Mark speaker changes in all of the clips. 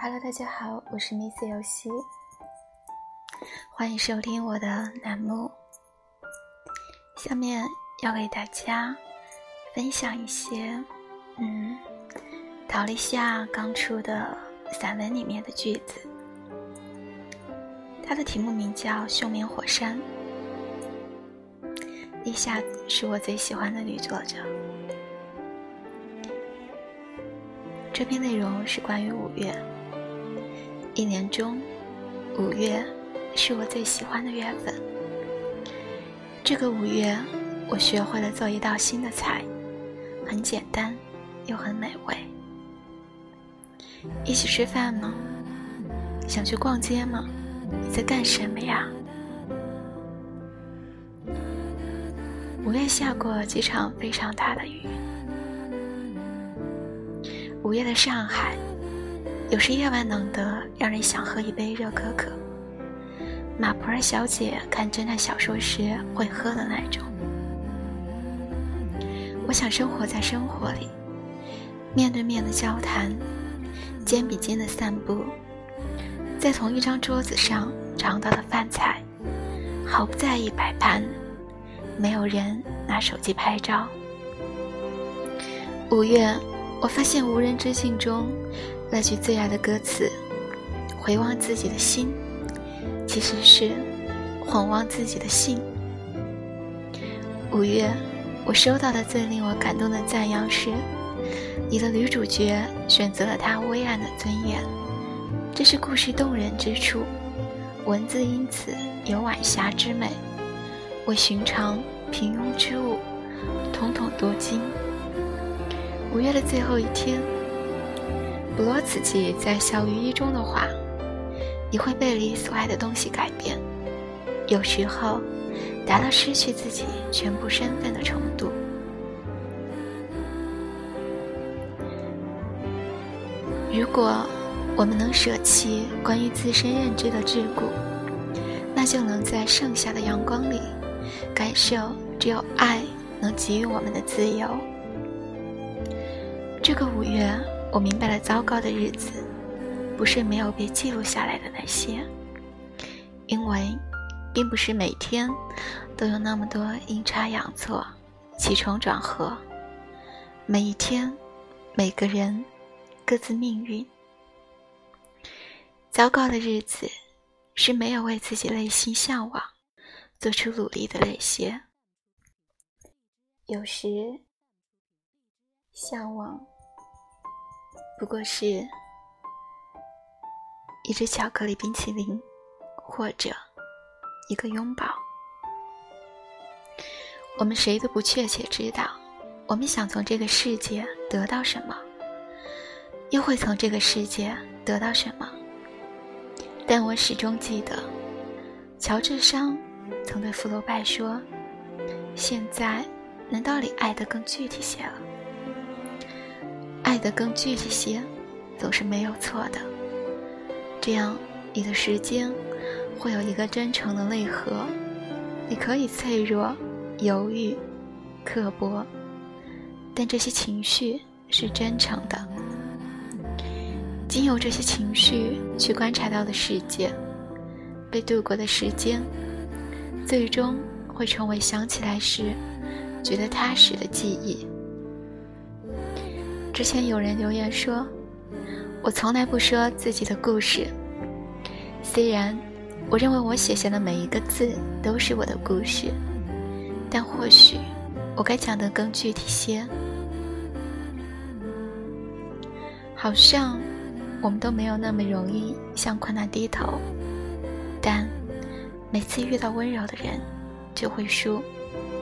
Speaker 1: Hello， 大家好，我是 Miss 游戏，欢迎收听我的栏目。下面要给大家分享一些陶立夏刚出的散文里面的句子，它的题目名叫《休眠火山》。立夏是我最喜欢的女作者。这篇内容是关于5月。一年中5月是我最喜欢的月份。这个5月我学会了做一道新的菜，很简单又很美味。一起吃饭吗？想去逛街吗？你在干什么呀？5月下过几场非常大的雨。5月的上海，有时夜晚冷得让人想喝一杯热可可，马普尔小姐看侦探小说时会喝的那种。我想生活在生活里，面对面的交谈，肩比肩的散步，在同一张桌子上尝到的饭菜，毫不在意摆盘，没有人拿手机拍照。5月，我发现无人之境中那句最爱的歌词，回望自己的心，其实是晃望自己的性。5月，我收到的最令我感动的赞扬是，你的女主角选择了她微暗的尊严，这是故事动人之处，文字因此有晚霞之美，为寻常平庸之物统统夺金。5月的最后一天，布罗茨基在小于一中的话，你会被你所爱的东西改变，有时候达到失去自己全部身份的程度。如果我们能舍弃关于自身认知的桎梏，那就能在盛夏的阳光里感受只有爱能给予我们的自由。这个5月，我明白了糟糕的日子不是没有被记录下来的那些，因为并不是每天都有那么多阴差阳错、起承转合，每一天每个人各自命运。糟糕的日子是没有为自己内心向往做出努力的那些。有时向往不过是一只巧克力冰淇淋，或者一个拥抱。我们谁都不确切知道我们想从这个世界得到什么，又会从这个世界得到什么。但我始终记得乔治桑曾对福楼拜说，现在难道你爱得更具体些了？爱得更具体些总是没有错的，这样你的时间会有一个真诚的内核，你可以脆弱、犹豫、刻薄，但这些情绪是真诚的。仅有这些情绪去观察到的世界，被度过的时间，最终会成为想起来时觉得踏实的记忆。之前有人留言说，我从来不说自己的故事，虽然我认为我写下的每一个字都是我的故事，但或许我该讲得更具体些。好像我们都没有那么容易向困难低头，但每次遇到温柔的人就会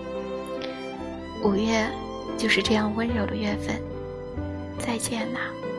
Speaker 1: 输。5月就是这样温柔的月份，再见啦。